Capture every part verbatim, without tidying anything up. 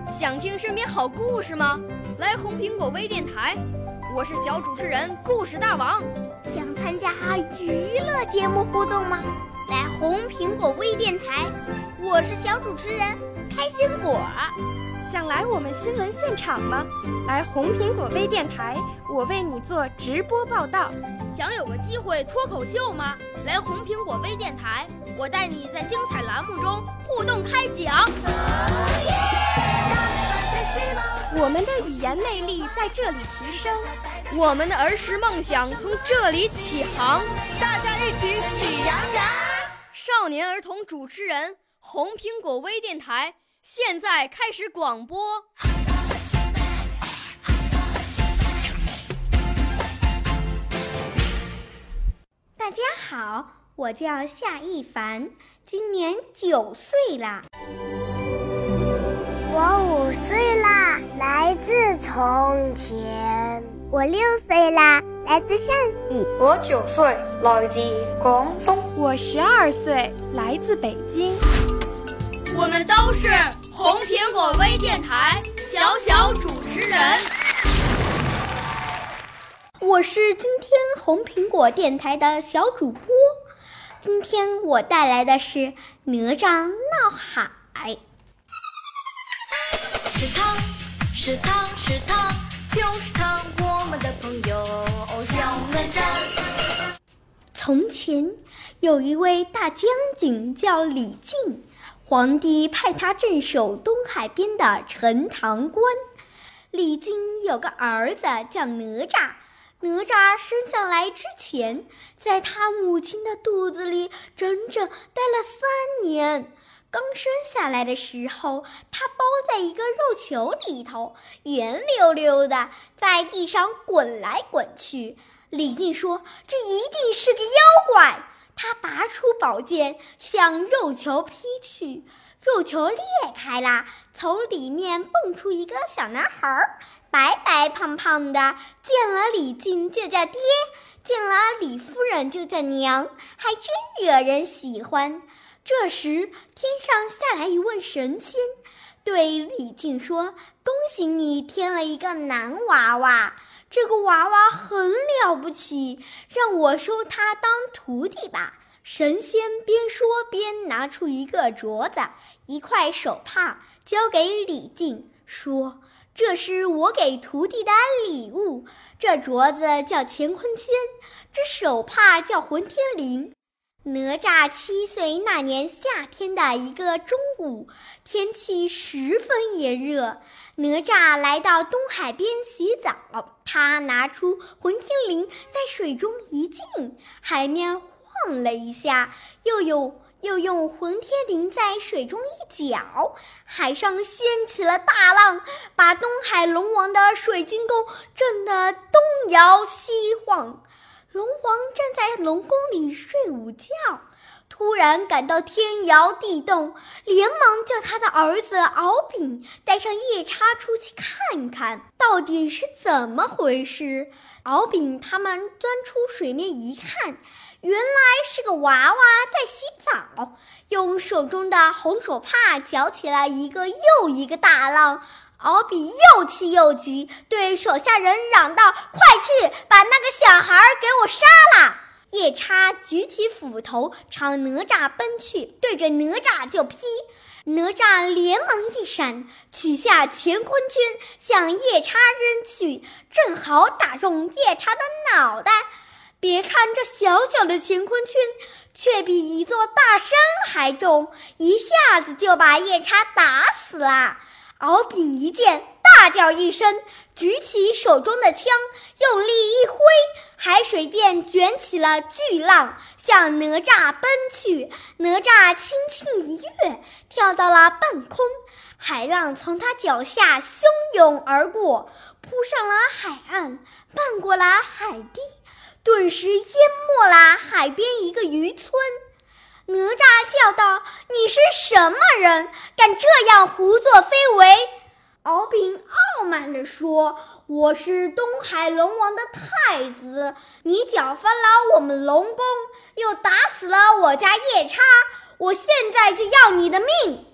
想听身边好故事吗？来红苹果微电台，我是小主持人故事大王。 想参加娱乐节目互动吗？来红苹果微电台，我是小主持人开心果。 想来我们新闻现场吗？来红苹果微电台，我为你做直播报道。 想有个机会脱口秀吗？来红苹果微电台，我带你在精彩栏目中互动开讲。 我们的语言魅力在这里提升， 我们的儿时梦想从这里起航。 大家一起喜羊羊。 少年儿童主持人，红苹果微电台现在开始广播。 大家好，我叫夏一凡，今年九岁啦。 我五岁啦，来自从前。我六岁啦，来自陕西。 我九岁，来自广东。 我十二岁，来自北京。 我们都是红苹果微电台小小主持人。 我是今天红苹果电台的小主播，今天我带来的是哪吒闹海。 是他，是他，是他，就是他，我们的朋友小哪吒。 从前有一位大将军叫李靖，皇帝派他镇守东海边的陈塘关。李靖有个儿子叫哪吒，哪吒生下来之前，在他母亲的肚子里整整待了三年。刚生下来的时候，他包在一个肉球里头，圆溜溜的，在地上滚来滚去。李靖说：“这一定是个妖怪。”他拔出宝剑，向肉球劈去。肉球裂开了，从里面蹦出一个小男孩，白白胖胖的，见了李靖就叫爹，见了李夫人就叫娘，还真惹人喜欢。这时天上下来一位神仙，对李靖说：“恭喜你添了一个男娃娃，这个娃娃很了不起，让我收他当徒弟吧。”神仙边说边拿出一个镯子，一块手帕，交给李靖，说：“这是我给徒弟的礼物。这镯子叫乾坤圈，这手帕叫混天绫。”哪吒七岁那年夏天的一个中午，天气十分炎热，哪吒来到东海边洗澡，他拿出混天绫在水中一浸，海面晃了一下，又有又用混天绫在水中一搅，海上掀起了大浪，把东海龙王的水晶宫震得东摇西晃。龙王站在龙宫里睡午觉，突然感到天摇地动，连忙叫他的儿子敖丙带上夜叉出去看看到底是怎么回事。敖丙他们钻出水面一看，原来是个娃娃在洗澡，用手中的红手帕搅起了一个又一个大浪。敖丙又气又急，对手下人嚷道：“快去把那个小孩给我杀了！”夜叉举起斧头朝哪吒奔去，对着哪吒就劈。哪吒连忙一闪，取下乾坤圈向夜叉扔去，正好打中夜叉的脑袋。别看这小小的乾坤圈，却比一座大山还重，一下子就把夜叉打死了。敖丙一见，大叫一声，举起手中的枪，用力一挥，海水便卷起了巨浪，向哪吒奔去。哪吒轻轻一跃，跳到了半空，海浪从他脚下汹涌而过，扑上了海岸，漫过了海堤，顿时淹没了海边一个渔村。哪吒叫道：“你是什么人，敢这样胡作非为？”敖丙傲慢地说：“我是东海龙王的太子，你搅翻了我们龙宫，又打死了我家夜叉，我现在就要你的命！”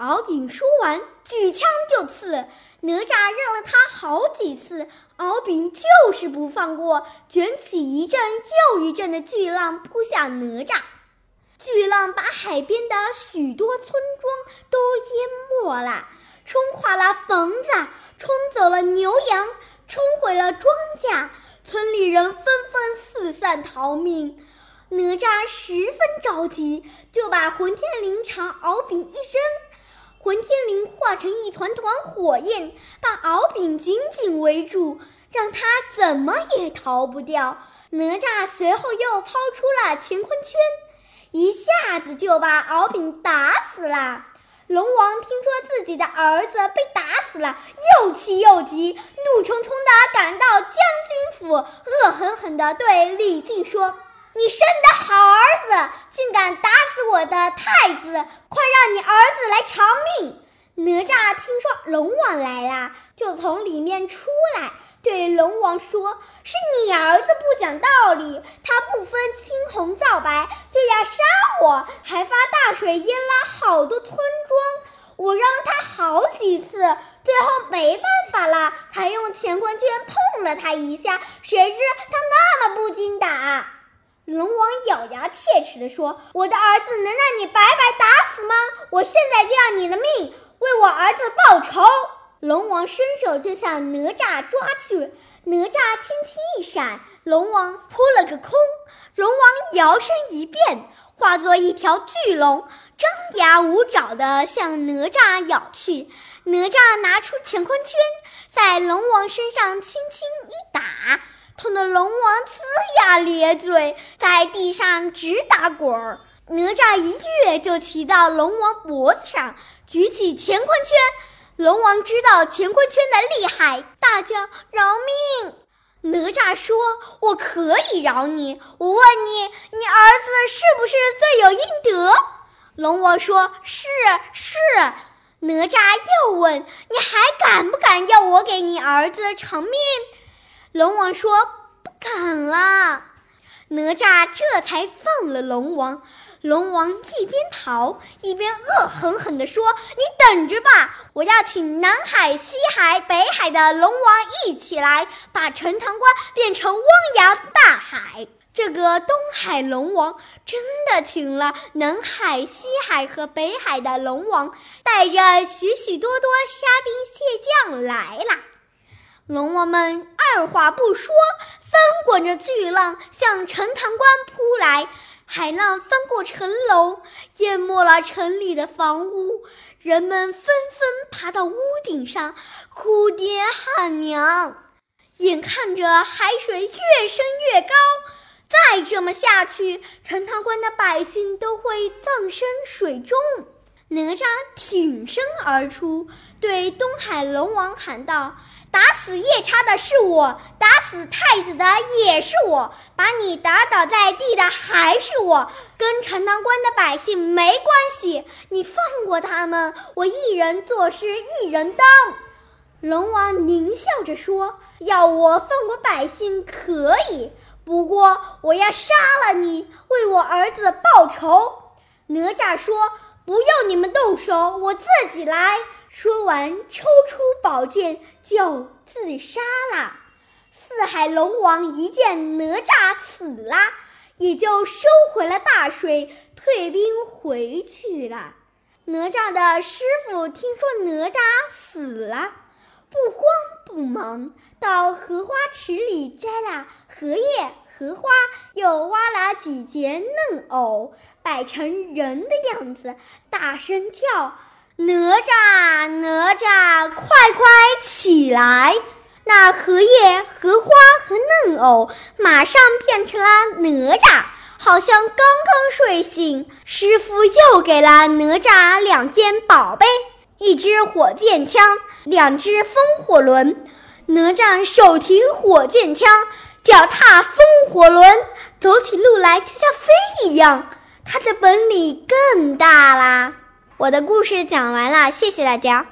敖丙说完，举枪就刺。哪吒让了他好几次，敖丙就是不放过，卷起一阵又一阵的巨浪扑向哪吒。巨浪把海边的许多村庄都淹没了，冲垮了房子，冲走了牛羊，冲毁了庄稼，村里人纷纷四散逃命。哪吒十分着急，就把混天绫朝敖丙一扔，混天绫化成一团团火焰，把敖丙紧紧围住，让他怎么也逃不掉。哪吒随后又抛出了乾坤圈，一下子就把敖丙打死了。龙王听说自己的儿子被打死了，又气又急，怒冲冲地赶到将军府，恶狠狠地对李靖说：你生的好儿子，竟敢打死我的太子，快让你儿子来偿命！哪吒听说龙王来了，就从里面出来，对龙王说：是你儿子不讲道理，他不分青红皂白就要杀我，还发大水淹了好多村庄。我让他好几次，最后没办法了，才用乾坤圈碰了他一下，谁知他那么不经打。龙王咬牙切齿地说：我的儿子能让你白白打死吗？我现在就要你的命，为我儿子报仇！龙王伸手就向哪吒抓去，哪吒轻轻一闪，龙王扑了个空。龙王摇身一变，化作一条巨龙，张牙舞爪地向哪吒咬去。哪吒拿出乾坤圈，在龙王身上轻轻一打，痛得龙王龇牙咧嘴，在地上直打滚儿。哪吒一跃就骑到龙王脖子上，举起乾坤圈。龙王知道乾坤圈的厉害，大叫：饶命！哪吒说：我可以饶你，我问你，你儿子是不是罪有应得？龙王说：是是。哪吒又问：你还敢不敢要我给你儿子偿命？龙王说：不敢了。哪吒这才放了龙王。龙王一边逃一边恶狠狠地说：你等着吧，我要请南海、西海、北海的龙王一起来，把陈塘关变成汪洋大海。这个东海龙王真的请了南海、西海和北海的龙王，带着许许多多虾兵蟹将来了。龙王们二话不说，翻滚着巨浪向陈塘关扑来，海浪翻过城楼，淹没了城里的房屋，人们纷纷爬到屋顶上，哭爹喊娘。眼看着海水越升越高，再这么下去，陈塘关的百姓都会葬身水中。哪吒挺身而出，对东海龙王喊道：打死夜叉的是我，打死太子的也是我，把你打倒在地的还是我，跟陈塘关的百姓没关系，你放过他们，我一人做事一人当。龙王狞笑着说：要我放过百姓可以，不过我要杀了你，为我儿子报仇。哪吒说：不用你们动手，我自己来。说完抽出宝剑就自杀了。四海龙王一见哪吒死了，也就收回了大水，退兵回去了。哪吒的师傅听说哪吒死了，不慌不忙，到荷花池里摘了荷叶荷花，又挖了几节嫩藕，摆成人的样子，大声叫：哪吒哪吒，快快起来！那荷叶荷花和嫩藕马上变成了哪吒，好像刚刚睡醒。师傅又给了哪吒两件宝贝，一支火箭枪，两只风火轮。哪吒手提火箭枪，脚踏风火轮，走起路来就像飞一样，他的本领更大啦。我的故事讲完了，谢谢大家。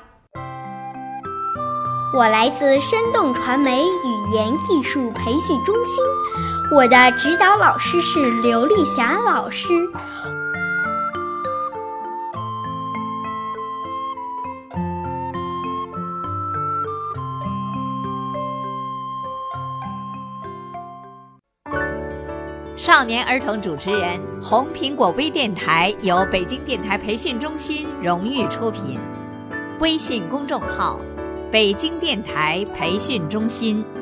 我来自生动传媒语言艺术培训中心，我的指导老师是刘丽霞老师。 少年儿童主持人，红苹果微电台由北京电台培训中心荣誉出品，微信公众号：北京电台培训中心。